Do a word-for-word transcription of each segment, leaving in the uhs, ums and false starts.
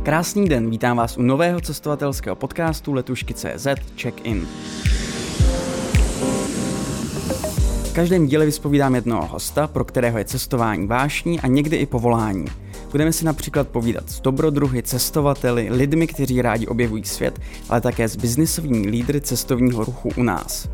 Krásný den, vítám vás u nového cestovatelského podcastu Letušky tečka cé zet Check-in. V každém díle vyspovídám jednoho hosta, pro kterého je cestování vášní a někdy i povolání. Budeme si například povídat s dobrodruhy, cestovateli, lidmi, kteří rádi objevují svět, ale také s biznisovými lídry cestovního ruchu u nás.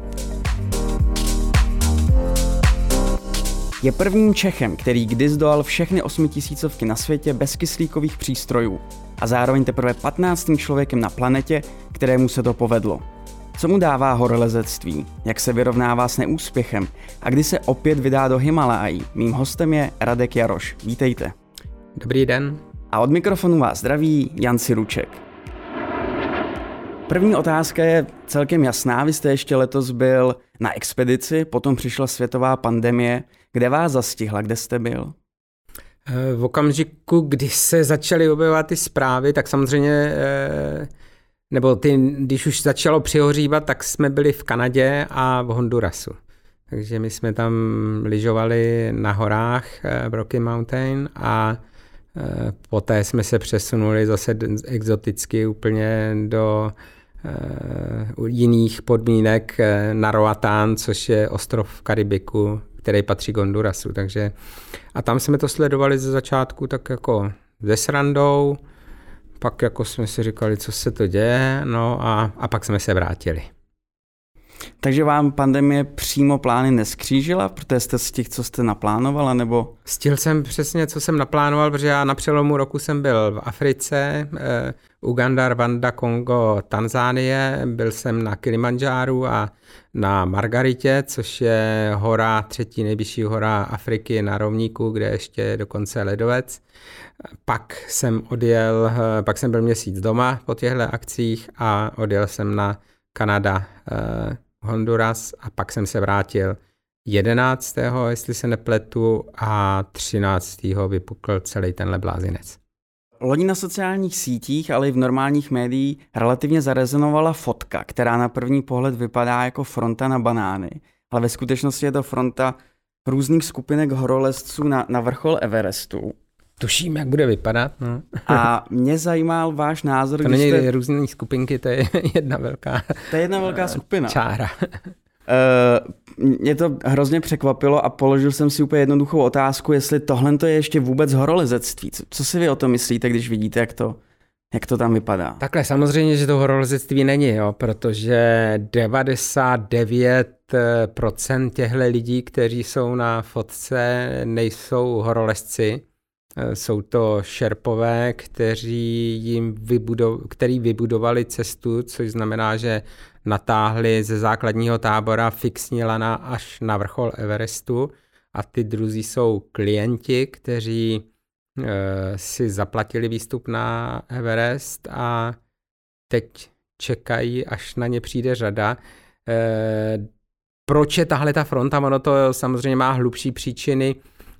Je prvním Čechem, který kdy zdolal všechny osmitisícovky na světě bez kyslíkových přístrojů a zároveň teprve patnáctým člověkem na planetě, kterému se to povedlo. Co mu dává horolezectví, jak se vyrovnává s neúspěchem a kdy se opět vydá do Himalají. Mým hostem je Radek Jaroš. Vítejte. Dobrý den. A od mikrofonu vás zdraví Jan Siruček. První otázka je celkem jasná. Vy jste ještě letos byl na expedici, potom přišla světová pandemie. Kde vás zastihla, kde jste byl? V okamžiku, kdy se začaly objevovat ty zprávy, tak samozřejmě, nebo ty, když už začalo přihořívat, tak jsme byli v Kanadě a v Hondurasu. Takže my jsme tam lyžovali na horách v Rocky Mountain a poté jsme se přesunuli zase exoticky úplně do jiných podmínek na Roatán, což je ostrov v Karibiku, který patří k Hondurasu. Takže, a tam jsme to sledovali ze začátku tak jako se srandou, pak jako jsme si říkali, co se to děje, no a, a pak jsme se vrátili. Takže vám pandemie přímo plány neskřížila, protože jste z těch, co jste naplánovala, nebo? Stihl jsem přesně, co jsem naplánoval, protože já na přelomu roku jsem byl v Africe, eh, Uganda, Rwanda, Kongo, Tanzánie, byl jsem na Kilimandžáru a na Margaritě, což je hora, třetí nejvyšší hora Afriky na rovníku, kde ještě je dokonce ledovec. Pak jsem odjel, eh, pak jsem byl měsíc doma po těchto akcích a odjel jsem na Kanada, eh, Honduras a pak jsem se vrátil jedenáctého jestli se nepletu, a třináctého vypukl celý tenhle blázinec. Loni na sociálních sítích, ale i v normálních médiích relativně zarezonovala fotka, která na první pohled vypadá jako fronta na banány, ale ve skutečnosti je to fronta různých skupinek horolezců na, na vrchol Everestu. Tuším, jak bude vypadat. No. A mě zajímal váš názor. To není jste... různé skupinky, to je jedna velká To je jedna velká skupina. Čára. Uh, mě to hrozně překvapilo a položil jsem si úplně jednoduchou otázku, jestli tohle je ještě vůbec horolezectví. Co, co si vy o tom myslíte, když vidíte, jak to, jak to tam vypadá? Takhle, samozřejmě, že to horolezectví není, jo, protože devadesát devět procent těchto lidí, kteří jsou na fotce, nejsou horolezci. Jsou to šerpové, kteří jim vybudo- který vybudovali cestu, což znamená, že natáhli ze základního tábora fixní lana až na vrchol Everestu, a ty druzí jsou klienti, kteří e, si zaplatili výstup na Everest a teď čekají, až na ně přijde řada. E, proč je tahle ta fronta? Ono to samozřejmě má hlubší příčiny.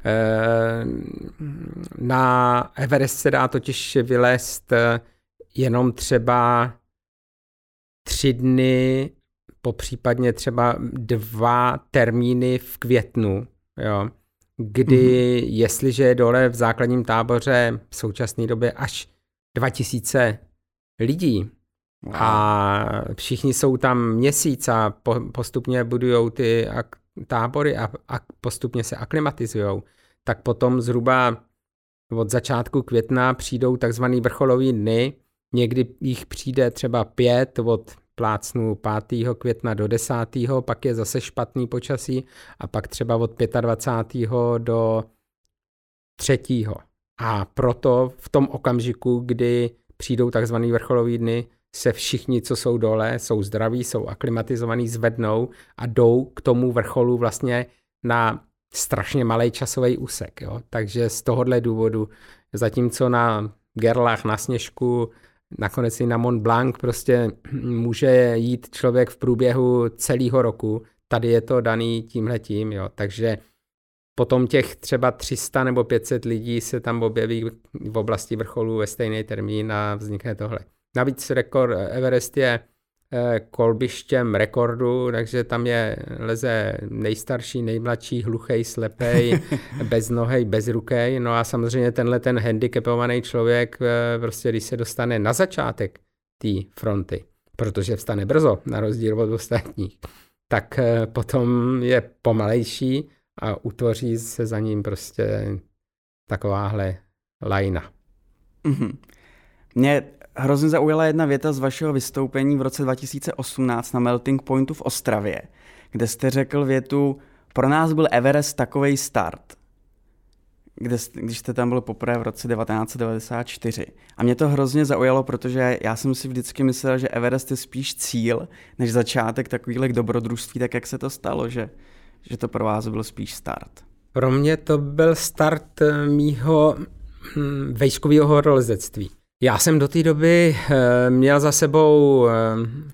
Na Everest se dá totiž vylézt jenom třeba tři dny, popřípadně třeba dva termíny v květnu, jo, kdy mm-hmm. jestliže je dole v základním táboře v současné době až dva tisíce lidí, wow. A všichni jsou tam měsíc a po, postupně budujou ty ak- tábory a, a postupně se aklimatizujou, tak potom zhruba od začátku května přijdou takzvaný vrcholový dny, někdy jich přijde třeba pět, od plácnu pátého května do desátého, pak je zase špatný počasí a pak třeba od dvacátého pátého do třetího. A proto v tom okamžiku, kdy přijdou takzvaný vrcholový dny, se všichni, co jsou dole, jsou zdraví, jsou aklimatizovaní, zvednou a jdou k tomu vrcholu vlastně na strašně malý časový úsek. Jo? Takže z tohohle důvodu, zatímco na Gerlach, na Sněžku, nakonec i na Mont Blanc prostě může jít člověk v průběhu celého roku, tady je to daný tímhletím, jo? Takže potom těch třeba tři sta nebo pět set lidí se tam objeví v oblasti vrcholu ve stejný termín a vznikne tohle. Navíc rekord Everest je kolbištěm rekordu, takže tam je leze nejstarší, nejmladší, hluchej, slepej, beznohej, bezrukej. No a samozřejmě tenhle ten handicapovaný člověk, prostě když se dostane na začátek té fronty, protože vstane brzo, na rozdíl od ostatních, tak potom je pomalejší a utvoří se za ním prostě takováhle lajna. Mm-hmm. Mě hrozně zaujala jedna věta z vašeho vystoupení v roce dva tisíce osmnáct na Melting Pointu v Ostravě, kde jste řekl větu: pro nás byl Everest takovej start, kde, když jste tam byl poprvé v roce devatenáct set devadesát čtyři. A mě to hrozně zaujalo, protože já jsem si vždycky myslel, že Everest je spíš cíl, než začátek takových dobrodružství, tak jak se to stalo, že, že to pro vás byl spíš start. Pro mě to byl start mýho hm, vejškového horolezectví. Já jsem do té doby e, měl za sebou e,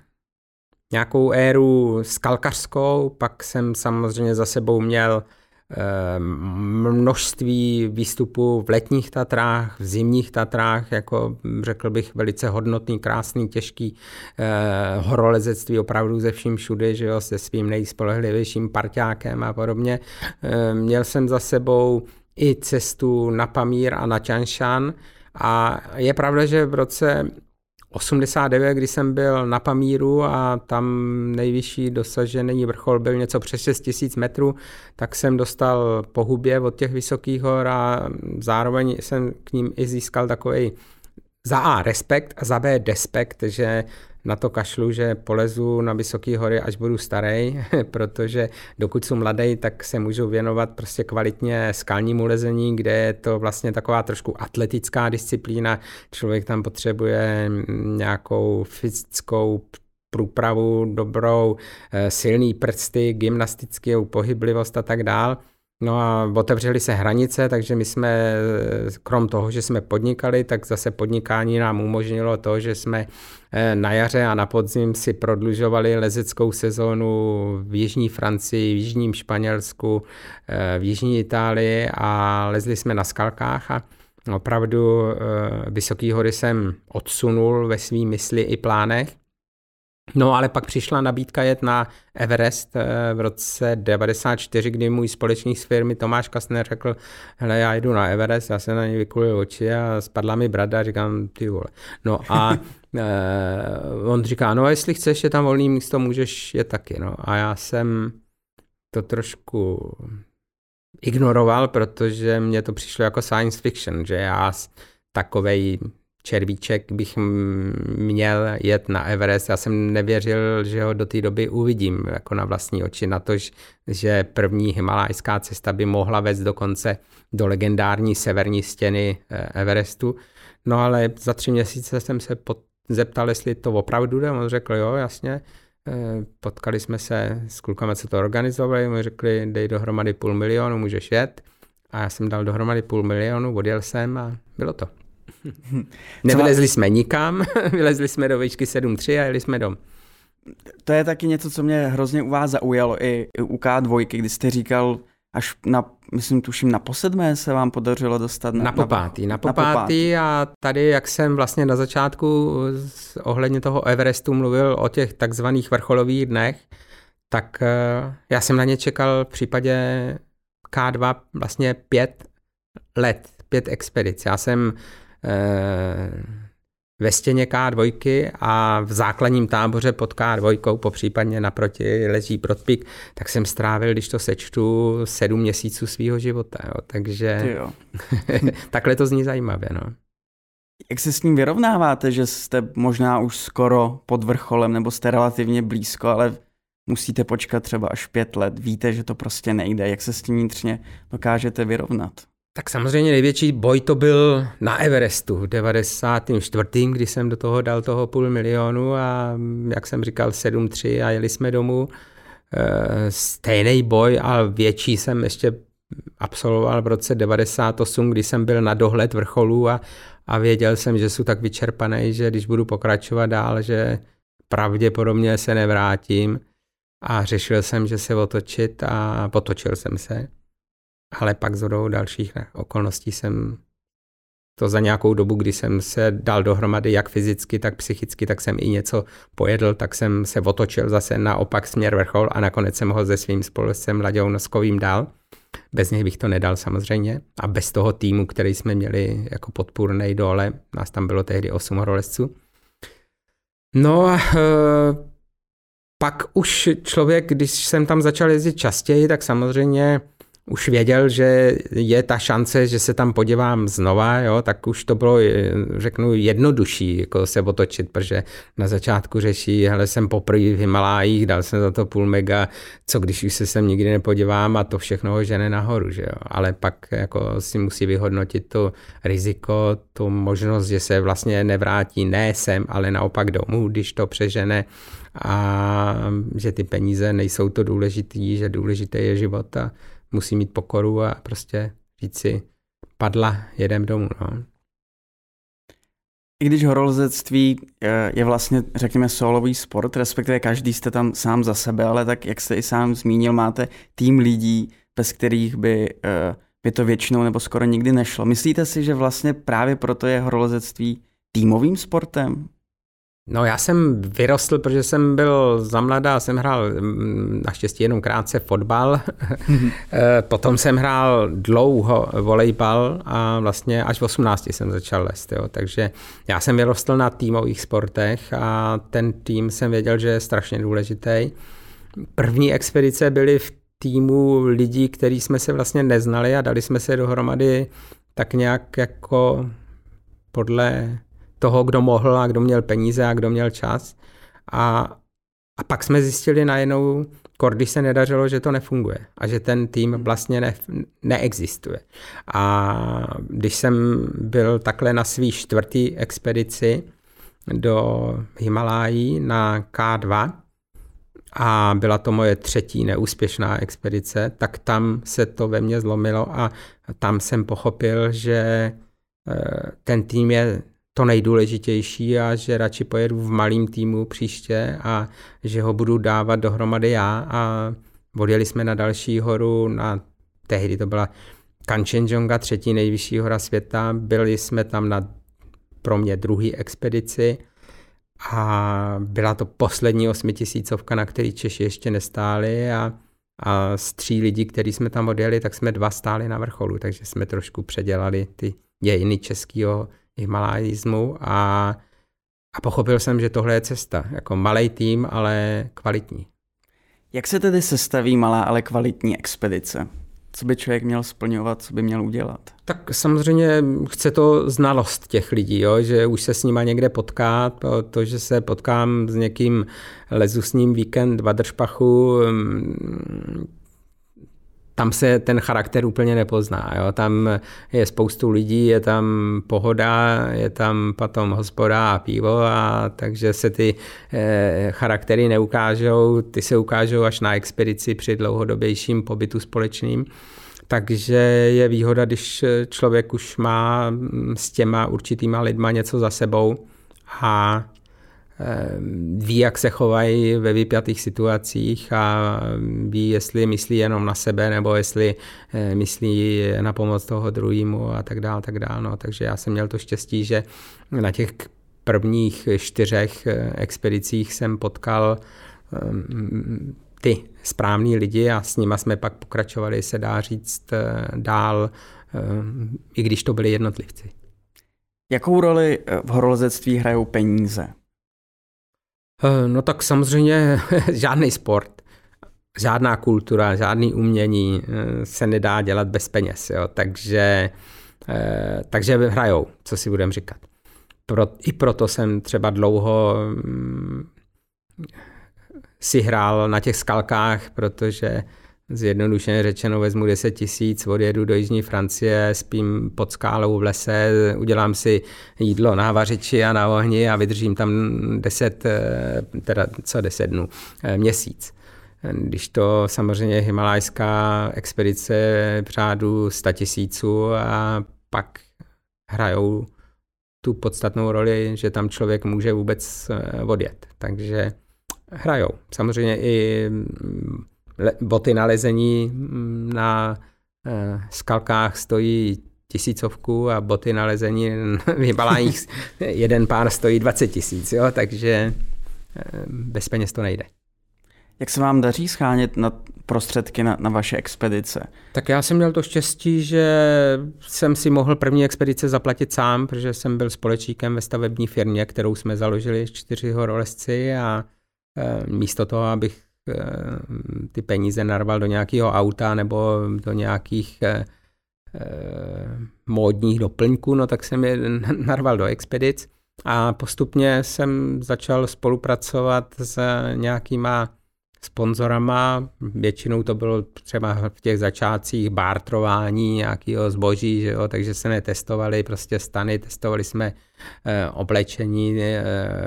nějakou éru skalkařskou, pak jsem samozřejmě za sebou měl e, množství výstupů v letních Tatrách, v zimních Tatrách, jako řekl bych velice hodnotný, krásný, těžký e, horolezectví opravdu ze vším všudy, že jo, se svým nejspolehlivějším parťákem a podobně. E, měl jsem za sebou i cestu na Pamír a na Tian Shan. A je pravda, že v roce osmdesát devět, kdy jsem byl na Pamíru a tam nejvyšší dosažený vrchol byl něco přes šest tisíc metrů, tak jsem dostal po hubě od těch vysokých hor a zároveň jsem k ním i získal takový za A respekt a za B despekt, že na to kašlu, že polezu na vysoké hory, až budu starý, protože dokud jsem mladý, tak se můžu věnovat prostě kvalitně skalnímu lezení, kde je to vlastně taková trošku atletická disciplína. Člověk tam potřebuje nějakou fyzickou průpravu dobrou, silný prsty, gymnastickou pohyblivost a tak dál. No a otevřely se hranice, takže my jsme, krom toho, že jsme podnikali, tak zase podnikání nám umožnilo to, že jsme na jaře a na podzim si prodlužovali lezeckou sezónu v jižní Francii, v jižním Španělsku, v jižní Itálii a lezli jsme na skalkách a opravdu vysoký hory jsem odsunul ve svý mysli i plánech. No ale pak přišla nabídka jet na Everest v roce devadesát čtyři, kdy můj společník z firmy Tomáš Kastner řekl: hele, já jdu na Everest, já se na něj vykulil oči a spadla mi brada, říkám, ty vole. No a eh, on říká, no a jestli chceš, je tam volný místo, můžeš jet taky. No a já jsem to trošku ignoroval, protože mně to přišlo jako science fiction, že já takovej červíček bych měl jet na Everest. Já jsem nevěřil, že ho do té doby uvidím jako na vlastní oči, na to, že první himalajská cesta by mohla vést dokonce do legendární severní stěny Everestu. No ale za tři měsíce jsem se pod, zeptal, jestli to opravdu jde. On řekl, jo, jasně. Potkali jsme se s klukama, co to organizovali. Oni řekli, dej dohromady půl milionu, můžeš jet. A já jsem dal dohromady půl milionu, odjel jsem a bylo to. Nevylezli jsme nikam, vylezli jsme do výšky sedm tři a jeli jsme dom. To je taky něco, co mě hrozně u vás zaujalo, i u K dva, kdy jste říkal, až na, myslím, tuším, na posedmé se vám podařilo dostat na, na popátý. Na, na popátý a tady, jak jsem vlastně na začátku ohledně toho Everestu mluvil o těch takzvaných vrcholových dnech, tak já jsem na ně čekal v případě K dva vlastně pět let, pět expedic. Já jsem ve stěně K dva a v základním táboře pod K dva, popřípadně naproti leží Brodpík, tak jsem strávil, když to sečtu, sedm měsíců svýho života. Jo. Takže jo. Takhle to zní zajímavě. No. Jak se s ním vyrovnáváte, že jste možná už skoro pod vrcholem nebo jste relativně blízko, ale musíte počkat třeba až pět let, víte, že to prostě nejde. Jak se s tím vnitřně dokážete vyrovnat? Tak samozřejmě největší boj to byl na Everestu v devadesátém čtvrtém, kdy jsem do toho dal toho půl milionu a jak jsem říkal sedm tři a jeli jsme domů. Stejný boj a větší jsem ještě absolvoval v roce devadesát osm, kdy jsem byl na dohled vrcholů a, a věděl jsem, že jsou tak vyčerpaný, že když budu pokračovat dál, že pravděpodobně se nevrátím a řešil jsem, že se otočit a potočil jsem se. Ale pak shodou dalších okolností jsem to za nějakou dobu, kdy jsem se dal dohromady jak fyzicky, tak psychicky, tak jsem i něco pojedl, tak jsem se otočil zase naopak směr vrchol a nakonec jsem ho se svým společcem Laďou Noskovým dal. Bez něj bych to nedal samozřejmě a bez toho týmu, který jsme měli jako podpůrnej dole, nás tam bylo tehdy osm horolezců. No a e, pak už člověk, když jsem tam začal jezdit častěji, tak samozřejmě už věděl, že je ta šance, že se tam podívám znova, jo, tak už to bylo, řeknu, jednodušší jako se otočit, protože na začátku řeší, hele, jsem poprvé v Himalájích, dal jsem za to půl mega, co když už se sem nikdy nepodívám a to všechno ho žene nahoru, že jo. Ale pak jako si musí vyhodnotit to riziko, tu možnost, že se vlastně nevrátí ne sem, ale naopak domů, když to přežene a že ty peníze nejsou to důležitý, že důležité je život a musí mít pokoru a prostě říct si, padla, jedem domů. No. I když horolezectví je vlastně, řekněme, solový sport, respektive každý jste tam sám za sebe, ale tak, jak jste i sám zmínil, máte tým lidí, bez kterých by, by to většinou nebo skoro nikdy nešlo. Myslíte si, že vlastně právě proto je horolezectví týmovým sportem? No já jsem vyrostl, protože jsem byl za mladá, jsem hrál naštěstí jenom krátce fotbal, potom jsem hrál dlouho volejbal a vlastně až v osmnácti jsem začal lézt, jo. Takže já jsem vyrostl na týmových sportech a ten tým jsem věděl, že je strašně důležitý. První expedice byly v týmu lidí, který jsme se vlastně neznali a dali jsme se dohromady tak nějak jako podle toho, kdo mohl a kdo měl peníze a kdo měl čas. A, a pak jsme zjistili najednou, když se nedařilo, že to nefunguje a že ten tým vlastně ne, neexistuje. A když jsem byl takhle na svý čtvrtý expedici do Himalájí na ká dva a byla to moje třetí neúspěšná expedice, tak tam se to ve mně zlomilo a tam jsem pochopil, že ten tým je to nejdůležitější a že radši pojedu v malém týmu příště a že ho budu dávat dohromady já a odjeli jsme na další horu, na tehdy to byla Kanchenjunga, třetí nejvyšší hora světa, byli jsme tam na pro mě druhý expedici a byla to poslední osmitisícovka, na který Češi ještě nestáli a, a z tří lidí, který jsme tam odjeli, tak jsme dva stáli na vrcholu, takže jsme trošku předělali ty dějiny českého himalajismu a, a pochopil jsem, že tohle je cesta. Jako malej tým, ale kvalitní. Jak se tedy sestaví malá, ale kvalitní expedice? Co by člověk měl splňovat, co by měl udělat? Tak samozřejmě chce to znalost těch lidí, jo? Že už se s nima někde potkat, to, že se potkám s někým, lezu s ním víkend v Adršpachu, tam se ten charakter úplně nepozná. Jo? Tam je spoustu lidí, je tam pohoda, je tam potom hospoda a pivo, a takže se ty eh, charaktery neukážou, ty se ukážou až na expedici při dlouhodobějším pobytu společným. Takže je výhoda, když člověk už má s těma určitýma lidma něco za sebou a ví, jak se chovají ve vypjatých situacích a ví, jestli myslí jenom na sebe, nebo jestli myslí na pomoc toho druhému a tak dále, tak dále. No, takže já jsem měl to štěstí, že na těch prvních čtyřech expedicích jsem potkal ty správný lidi a s nima jsme pak pokračovali, se dá říct, dál, i když to byli jednotlivci. Jakou roli v horolezectví hrajou peníze? No tak samozřejmě žádný sport, žádná kultura, žádný umění se nedá dělat bez peněz, jo? Takže, takže hrajou, co si budeme říkat. Pro, I proto jsem třeba dlouho si hrál na těch skalkách, protože zjednodušeně řečeno vezmu deset tisíc, odjedu do jižní Francie, spím pod skálou v lese, udělám si jídlo na vařiči a na ohni a vydržím tam deset, teda co deset dnů, měsíc. Když to samozřejmě himalajská expedice v řádu sta tisíců a pak hrajou tu podstatnou roli, že tam člověk může vůbec odjet. Takže hrajou. Samozřejmě i boty na lezení na skalkách stojí tisícovku a boty na lezení vybaláních jeden pár stojí dvacet tisíc, jo, takže bez peněz to nejde. Jak se vám daří schánět na prostředky na, na vaše expedice? Tak já jsem měl to štěstí, že jsem si mohl první expedice zaplatit sám, protože jsem byl společníkem ve stavební firmě, kterou jsme založili čtyři horolezci a e, místo toho, abych e, ty peníze narval do nějakého auta nebo do nějakých e, e, módních doplňků, no tak jsem je narval do expedic a postupně jsem začal spolupracovat s nějakýma sponzorama, většinou to bylo třeba v těch začátcích bartrování nějakého zboží, že jo, takže se netestovali prostě stany, testovali jsme e, oblečení, e,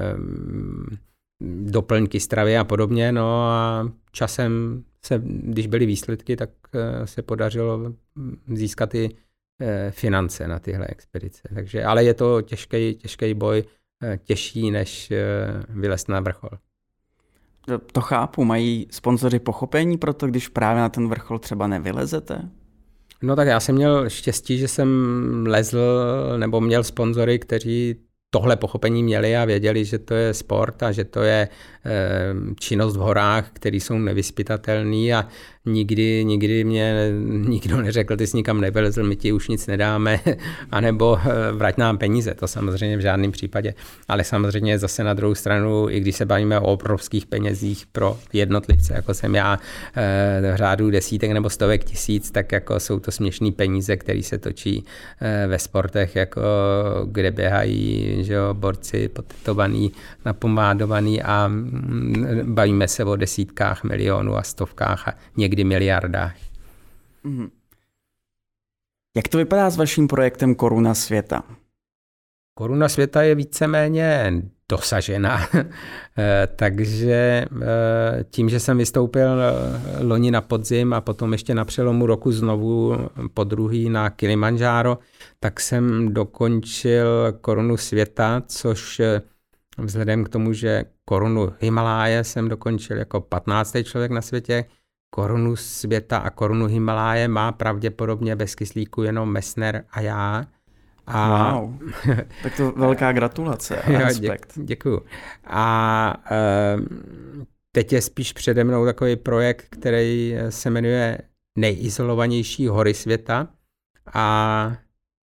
doplňky stravy a podobně, no a časem se, když byly výsledky, tak e, se podařilo získat i e, finance na tyhle expedice, takže, ale je to těžký, těžký boj, e, těžší než e, vylézt na vrchol. To chápu, mají sponzoři pochopení pro to, když právě na ten vrchol třeba nevylezete? No tak já jsem měl štěstí, že jsem lezl nebo měl sponzory, kteří tohle pochopení měli a věděli, že to je sport a že to je e, činnost v horách, které jsou nevyzpytatelné a nikdy, nikdy mě nikdo neřekl, ty jsi nikam nevylezl, my ti už nic nedáme, anebo e, vrať nám peníze, to samozřejmě v žádném případě. Ale samozřejmě zase na druhou stranu, i když se bavíme o obrovských penězích pro jednotlivce, jako jsem já, e, v řádu desítek nebo stovek tisíc, tak jako jsou to směšný peníze, které se točí e, ve sportech, jako kde běhají, že jo, borci potetovaný, napomádovaný a mm, bavíme se o desítkách milionů a stovkách a někdy miliardách. Mm. Jak to vypadá s vaším projektem Koruna světa? Koruna světa je víceméně dosažena, takže tím, že jsem vystoupil loni na podzim a potom ještě na přelomu roku znovu po druhý na Kilimanjaro, tak jsem dokončil Korunu světa, což vzhledem k tomu, že Korunu Himaláje jsem dokončil jako patnáctý člověk na světě, Korunu světa a Korunu Himaláje má pravděpodobně bez kyslíku jenom Messner a já. A... Wow, tak to velká gratulace a respekt. Dě, děkuju. A e, teď je spíš přede mnou takový projekt, který se jmenuje Nejizolovanější hory světa a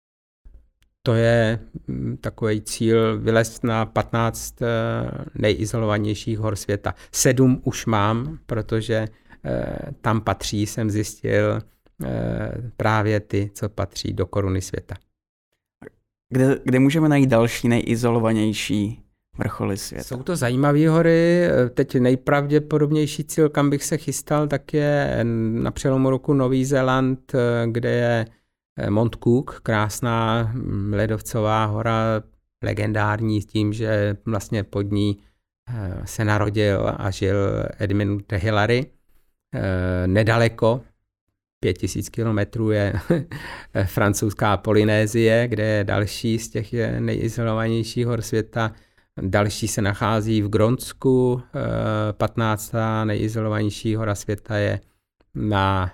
to je takový cíl vylézt na patnáct nejizolovanějších hor světa. Sedm už mám, protože e, tam patří, jsem zjistil, e, právě ty, co patří do Koruny světa. Kde, kde můžeme najít další nejizolovanější vrcholy světa? Jsou to zajímavé hory. Teď nejpravděpodobnější cíl, kam bych se chystal, tak je na přelomu roku Nový Zéland, kde je Mount Cook, krásná ledovcová hora, legendární tím, že vlastně pod ní se narodil a žil Edmund Hillary. Nedaleko, pět tisíc kilometrů, je francouzská Polynésie, kde je další z těch nejizolovanějších hor světa. Další se nachází v Grónsku, patnáctá nejizolovanější hora světa je na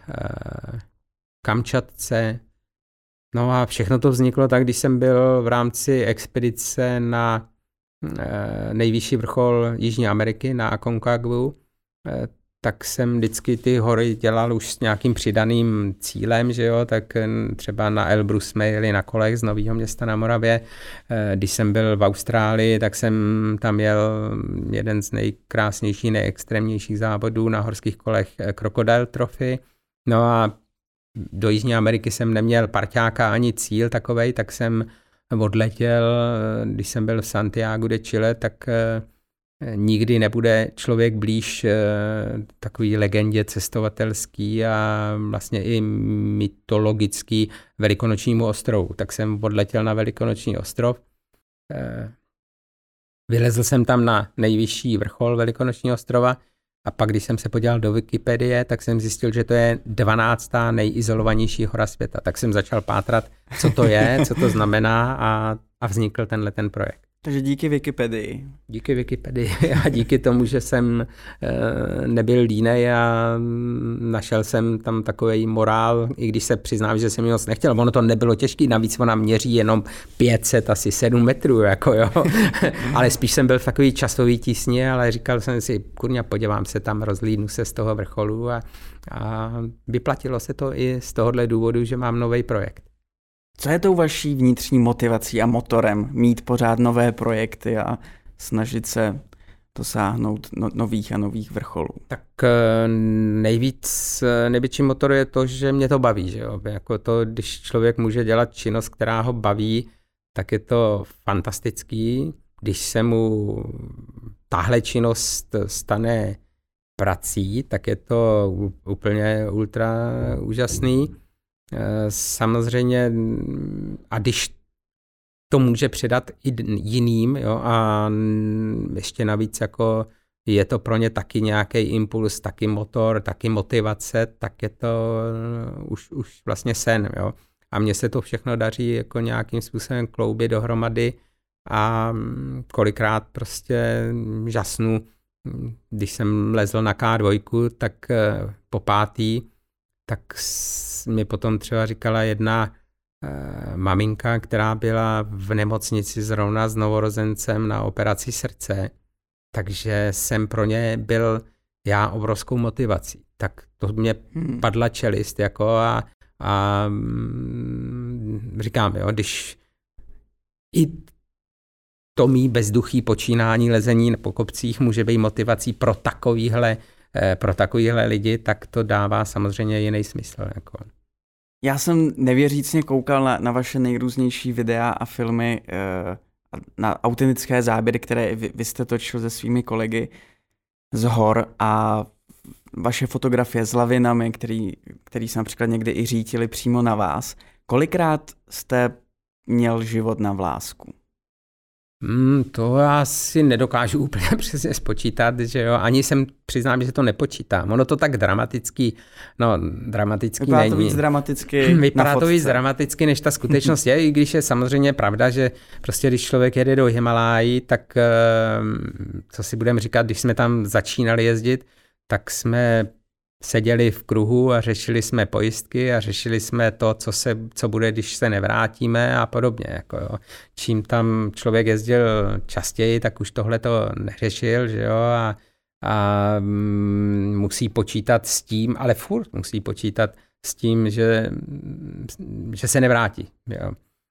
Kamčatce. No a všechno to vzniklo tak, když jsem byl v rámci expedice na nejvyšší vrchol Jižní Ameriky, na Aconcagua, tak jsem vždycky ty hory dělal už s nějakým přidaným cílem, že jo, tak třeba na Elbrus jsme jeli na kolech z Nového Města na Moravě. Když jsem byl v Austrálii, tak jsem tam jel jeden z nejkrásnějších, nejextrémnějších závodů na horských kolech Crocodile Trophy. No a do Jižní Ameriky jsem neměl parťáka ani cíl takovej, tak jsem odletěl, když jsem byl v Santiago de Chile, tak nikdy nebude člověk blíž takový legendě cestovatelský a vlastně i mytologický Velikonočnímu ostrovu. Tak jsem odletěl na Velikonoční ostrov. Vylezl jsem tam na nejvyšší vrchol Velikonočního ostrova a pak, když jsem se podíval do Wikipedie, tak jsem zjistil, že to je dvanáctá nejizolovanější hora světa. Tak jsem začal pátrat, co to je, co to znamená a, a vznikl tenhle ten projekt. Takže díky Wikipedii. Díky Wikipedii a díky tomu, že jsem nebyl línej a našel jsem tam takový morál, i když se přiznám, že jsem ji moc nechtěl. Ono to nebylo těžké, navíc ona měří jenom pět set, asi sedm metrů, jako jo. Ale spíš jsem byl v takový časový tísni, ale říkal jsem si, kurňa, podívám se tam, rozlídnu se z toho vrcholu a, a vyplatilo se to i z tohohle důvodu, že mám nový projekt. Co je tou vaší vnitřní motivací a motorem mít pořád nové projekty a snažit se dosáhnout no, nových a nových vrcholů? Tak nejvíc, největší motor je to, že mě to baví. Že jo? Jako to, když člověk může dělat činnost, která ho baví, tak je to fantastický. Když se mu tahle činnost stane prací, tak je to úplně ultra úžasný. Samozřejmě, a když to může předat i jiným, jo, a ještě navíc jako je to pro ně taky nějaký impuls, taky motor, taky motivace, tak je to už, už vlastně sen. Jo. A mně se to všechno daří jako nějakým způsobem kloubit dohromady a kolikrát prostě žasnu, když jsem lezl na ká dva, tak po pátý, tak mi potom třeba říkala jedna eh, maminka, která byla v nemocnici zrovna s novorozencem na operaci srdce, takže jsem pro ně byl já obrovskou motivací. Tak to mě hmm. padla čelist jako a, a mm, říkám, jo, když i to mý bezduchý počínání lezení po kopcích může být motivací pro takovýhle pro takovýhle lidi, tak to dává samozřejmě jiný smysl. Jako. Já jsem nevěřícně koukal na, na vaše nejrůznější videa a filmy, na autentické záběry, které vy, vy jste točil se svými kolegy z hor a vaše fotografie s lavinami, který, který se například někdy i řítili přímo na vás. Kolikrát jste měl život na vlásku? Hmm, to já si nedokážu úplně přesně spočítat, že jo, ani jsem přiznám, že to nepočítám. Ono to tak dramatický, no dramatický Vypadá není. to víc dramaticky Vypadá to víc dramaticky, než ta skutečnost je, i když je samozřejmě pravda, že prostě když člověk jede do Himalájí, tak co si budeme říkat, když jsme tam začínali jezdit, tak jsme seděli v kruhu a řešili jsme pojistky a řešili jsme to, co, se, co bude, když se nevrátíme a podobně. Jako jo. Čím tam člověk jezdil častěji, tak už tohle to neřešil, že jo, a, a mm, musí počítat s tím, ale furt musí počítat s tím, že, že se nevrátí. Jo.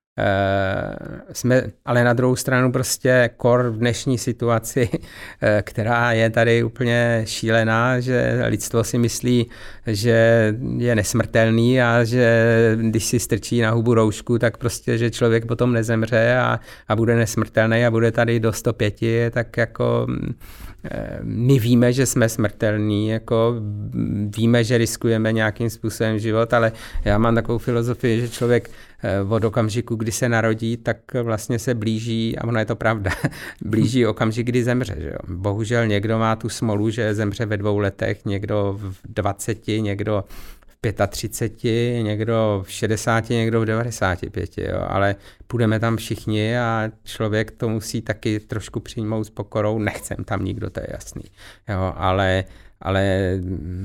E, jsme ale na druhou stranu prostě kor v dnešní situaci, e, která je tady úplně šílená, že lidstvo si myslí, že je nesmrtelný a že když si strčí na hubu roušku, tak prostě, že člověk potom nezemře a, a bude nesmrtelný a bude tady do sto pět, tak jako e, my víme, že jsme smrtelní, jako víme, že riskujeme nějakým způsobem život, ale já mám takovou filozofii, že člověk od okamžiku, kdy se narodí, tak vlastně se blíží, a ono je to pravda, blíží okamžik, kdy zemře. Že jo? Bohužel někdo má tu smolu, že zemře ve dvou letech, někdo v dvaceti, někdo v třiceti pěti, někdo v šedesáti, někdo v devadesáti pěti. Jo? Ale půjdeme tam všichni a člověk to musí taky trošku přijmout s pokorou. Nechcem tam nikdo, to je jasný. Jo? Ale, ale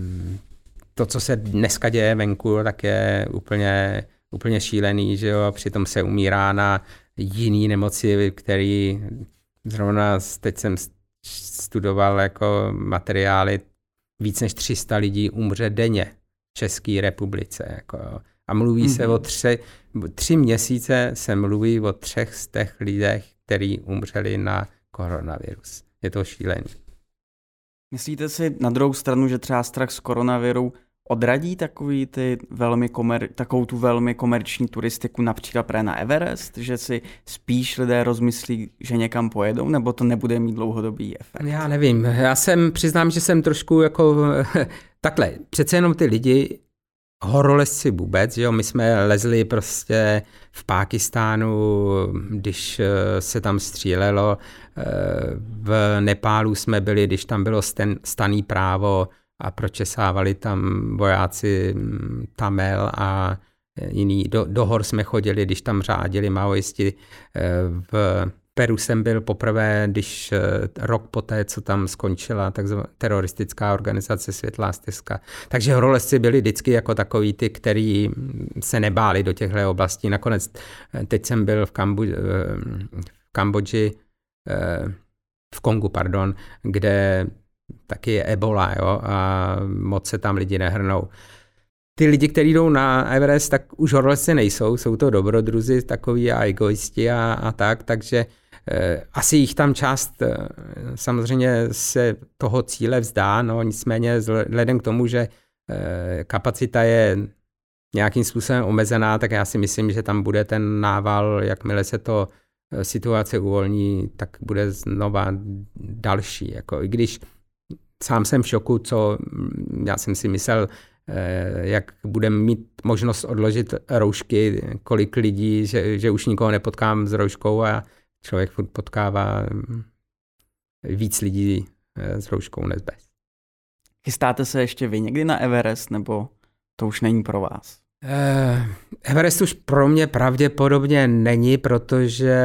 to, co se dneska děje venku, tak je úplně úplně šílený, že jo, a přitom se umírá na jiný nemoci, který zrovna teď jsem studoval jako materiály, víc než tři sta lidí umře denně v České republice. Jako, a mluví mm-hmm. se o tři, tři měsíce se mluví o třech z těch lidech, kteří umřeli na koronavirus. Je to šílený. Myslíte si na druhou stranu, že třeba strach z koronaviru odradí takový ty velmi komer, takovou tu velmi komerční turistiku například právě na Everest, že si spíš lidé rozmyslí, že někam pojedou, nebo to nebude mít dlouhodobý efekt? Já nevím, já jsem, přiznám, že jsem trošku jako takhle, přece jenom ty lidi, horolezci vůbec, jo, my jsme lezli prostě v Pákistánu, když se tam střílelo, v Nepálu jsme byli, když tam bylo stanný právo, a pročesávali tam vojáci Tamil a jiný. Do, do hor jsme chodili, když tam řádili maoisti v Peru jsem byl poprvé, když rok poté, co tam skončila takzvaná teroristická organizace Světlá stezka. Takže horolezci byli vždycky jako takový ty, který se nebáli do těchto oblastí. Nakonec teď jsem byl v, Kambu- v Kambodži, v Kongu, pardon, kde taky je ebola, jo, a moc se tam lidi nehrnou. Ty lidi, kteří jdou na Everest, tak už horolezci nejsou, jsou to dobrodruzi, takový a egoisti a, a tak, takže eh, asi jich tam část eh, samozřejmě se toho cíle vzdá, no nicméně vzhledem k tomu, že eh, kapacita je nějakým způsobem omezená, tak já si myslím, že tam bude ten nával, jakmile se to eh, situace uvolní, tak bude znova další, jako i když sám jsem v šoku, co já jsem si myslel, jak budeme mít možnost odložit roušky, kolik lidí, že, že už nikoho nepotkám s rouškou a člověk furt potkává víc lidí s rouškou než bez. Chystáte se ještě vy někdy na Everest, nebo to už není pro vás? Everest už pro mě pravděpodobně není, protože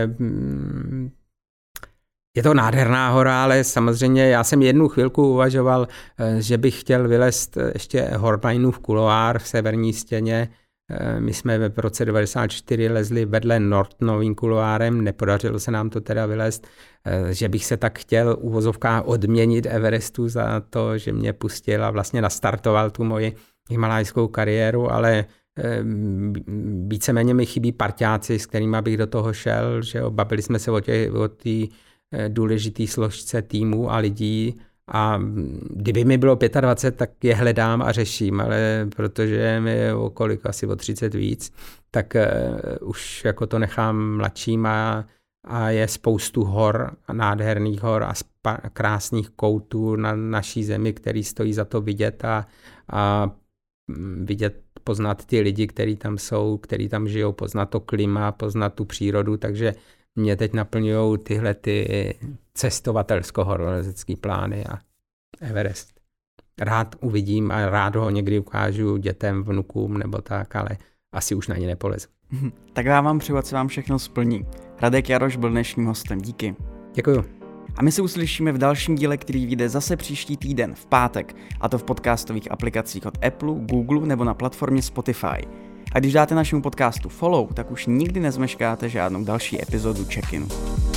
je to nádherná hora, ale samozřejmě já jsem jednu chvilku uvažoval, že bych chtěl vylézt ještě Hornbeinův kuloár v severní stěně. My jsme v roce devadesát čtyři lezli vedle Nortnovým kuloárem, nepodařilo se nám to teda vylézt, že bych se tak chtěl u vozovkách odměnit Everestu za to, že mě pustil a vlastně nastartoval tu moji himalajskou kariéru, ale víceméně mi chybí parťáci, s kterými bych do toho šel, že bavili jsme se o té o důležitý složce týmu a lidí a kdyby mi bylo dvacet pět, tak je hledám a řeším, ale protože mi je o kolik, asi o třicet víc, tak uh, už jako to nechám mladším a, a je spoustu hor, nádherných hor a spa, krásných koutů na naší zemi, který stojí za to vidět a, a vidět, poznat ty lidi, kteří tam jsou, kteří tam žijou, poznat to klima, poznat tu přírodu, takže mě teď naplňují tyhle ty cestovatelsko-horolezecké plány a Everest. Rád uvidím a rád ho někdy ukážu dětem, vnukům nebo tak, ale asi už na ně nepolezu. Tak já vám přeju, ať se vám všechno splní. Radek Jaroš byl dnešním hostem, díky. Děkuju. A my se uslyšíme v dalším díle, který vyjde zase příští týden v pátek, a to v podcastových aplikacích od Apple, Google nebo na platformě Spotify. A když dáte našemu podcastu follow, tak už nikdy nezmeškáte žádnou další epizodu Check-inu.